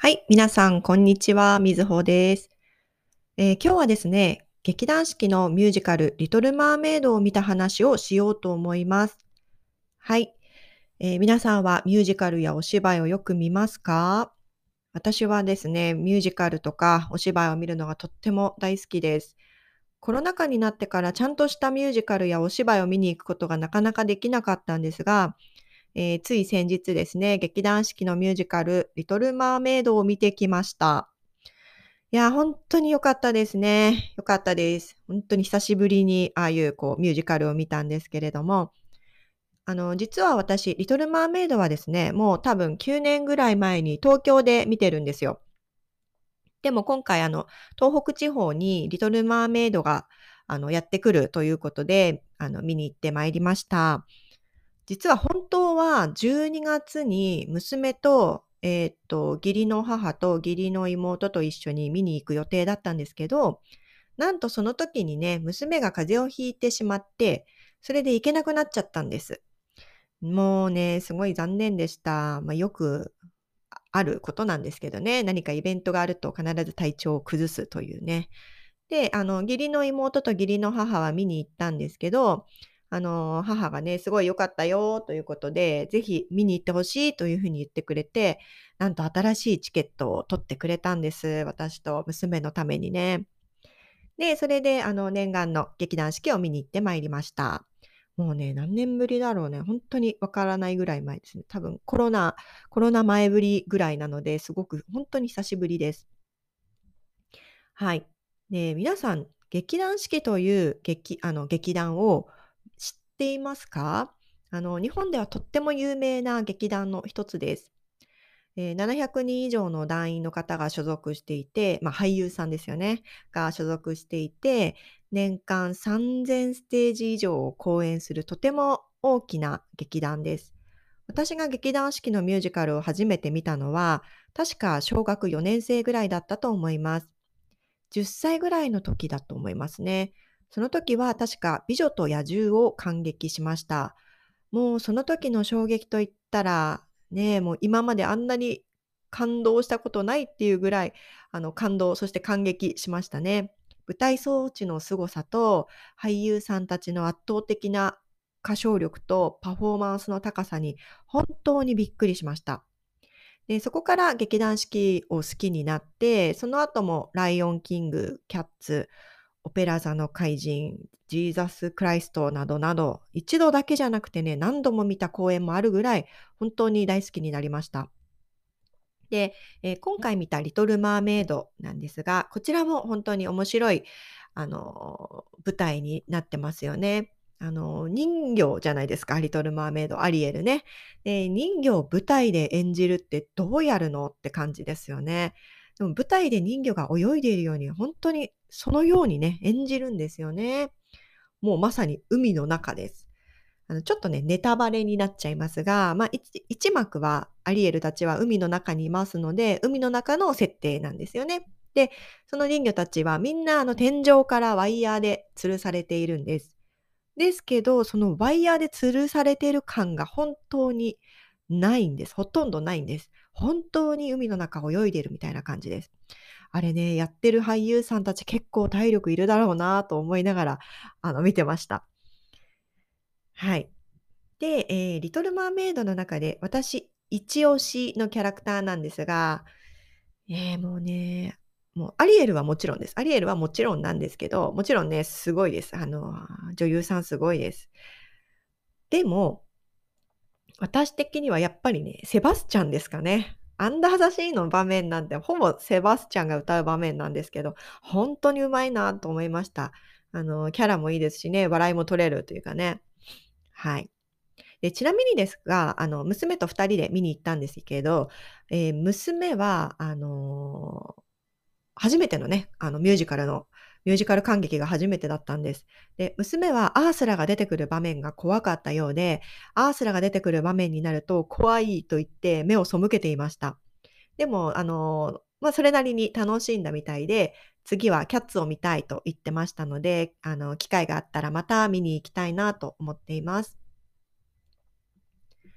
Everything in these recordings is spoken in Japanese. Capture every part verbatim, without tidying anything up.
はい、皆さん、こんにちは。みずほです。えー今日はですね、劇団四季のミュージカル、リトル・マーメイドを見た話をしようと思います。はい、えー皆さんはミュージカルやお芝居をよく見ますか？私はですね、ミュージカルとかお芝居を見るのがとっても大好きです。コロナ禍になってからちゃんとしたミュージカルやお芝居を見に行くことがなかなかできなかったんですが、えーつい先日ですね、劇団四季のミュージカル、リトル・マーメイドを見てきました。いや、ほんとに良かったですね。良かったです。ほんとに久しぶりにああいうこうミュージカルを見たんですけれども、あの、実は私、リトル・マーメイドはですね、もう多分きゅうねんぐらい前に東京で見てるんですよ。でも今回あの、東北地方にリトル・マーメイドがあの、やってくるということで、あの、見に行って参りました。実は本当はじゅうにがつに娘と、えーっと、義理の母と義理の妹と一緒に見に行く予定だったんですけど、なんとその時にね、娘が風邪をひいてしまって、それで行けなくなっちゃったんです。もうね、すごい残念でした。まあ、よくああることなんですけどね、何かイベントがあると必ず体調を崩すというね。で、あの、義理の妹と義理の母は見に行ったんですけど、あの、母がね、すごい良かったよということで、ぜひ見に行ってほしいというふうに言ってくれて、なんと新しいチケットを取ってくれたんです。私と娘のためにね。で、それであの念願の劇団四季を見に行って参りました。もうね、何年ぶりだろうね。本当にわからないぐらい前ですね。多分コロナコロナ前ぶりぐらいなので、すごく本当に久しぶりです。はい。で、皆さん、劇団四季という劇あの劇団を知っていますか？あの、日本ではとっても有名な劇団の一つです。えーななひゃくにん以上の団員の方が所属していて、まあ、俳優さんですよね、が所属していて、年間さんぜんステージ以上を公演するとても大きな劇団です。私が劇団四季のミュージカルを初めて見たのは、確か小学よねん生ぐらいだったと思います。じゅっさいぐらいの時だと思いますね。その時は確か美女と野獣を感激しました。もうその時の衝撃といったら、ね、もう今まであんなに感動したことないっていうぐらい、あの感動、そして感激しましたね。舞台装置の凄さと、俳優さんたちの圧倒的な歌唱力とパフォーマンスの高さに本当にびっくりしました。で、そこから劇団四季を好きになって、その後もライオンキング、キャッツ、オペラ座の怪人、ジーザス・クライストなどなど、一度だけじゃなくてね、何度も見た公演もあるぐらい、本当に大好きになりました。で、えー今回見たリトル・マーメイドなんですが、こちらも本当に面白い、あのー舞台になってますよね。あのー人魚じゃないですか、リトル・マーメイド、アリエルね。で、人魚を舞台で演じるってどうやるのって感じですよね。でも舞台で人魚が泳いでいるように、本当にそのようにね、演じるんですよね。もうまさに海の中です。あの、ちょっとね、ネタバレになっちゃいますが、まあ、一一幕はアリエルたちは海の中にいますので、海の中の設定なんですよね。で、その人魚たちはみんなあの天井からワイヤーで吊るされているんです。ですけど、そのワイヤーで吊るされている感が本当にないんです。ほとんどないんです。本当に海の中を泳いでいるみたいな感じです。あれね、やってる俳優さんたち結構体力いるだろうなと思いながら、あの、見てました。はい。で、えーリトルマーメイドの中で私一押しのキャラクターなんですが、えーもうね、もうアリエルはもちろんです。アリエルはもちろんなんですけど、もちろんね、すごいです。あの、女優さんすごいです。でも、私的にはやっぱりね、セバスチャンですかね。アンダーザシーの場面なんて、ほぼセバスチャンが歌う場面なんですけど、本当にうまいなと思いました。あの、キャラもいいですしね、笑いも取れるというかね。はい。で、ちなみにですが、あの、娘とふたりで見に行ったんですけど、えー娘は、あの、初めてのね、あの、ミュージカルのミュージカル観劇が初めてだったんです。で、娘はアースラが出てくる場面が怖かったようで、アースラが出てくる場面になると怖いと言って目を背けていました。でも、あの、まあ、それなりに楽しんだみたいで、次はキャッツを見たいと言ってましたので、あの、機会があったらまた見に行きたいなと思っています。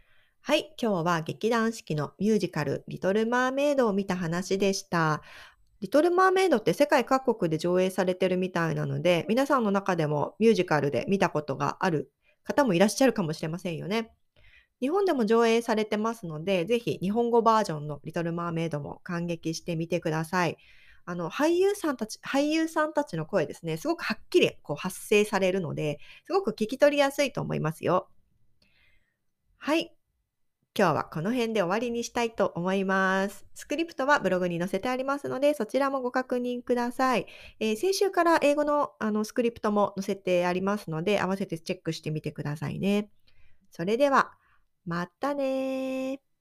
はい、今日は劇団四季のミュージカル、リトル・マーメイドを見た話でした。リトル・マーメイドって世界各国で上映されてるみたいなので、皆さんの中でもミュージカルで見たことがある方もいらっしゃるかもしれませんよね。日本でも上映されてますので、ぜひ日本語バージョンのリトル・マーメイドも感激してみてください。あの、俳優さんたち俳優さんたちの声ですね、すごくはっきりこう発声されるので、すごく聞き取りやすいと思いますよ。はい。今日はこの辺で終わりにしたいと思います。スクリプトはブログに載せてありますので、そちらもご確認ください。えー先週から英語のあのスクリプトも載せてありますので、合わせてチェックしてみてくださいね。それでは、またねー。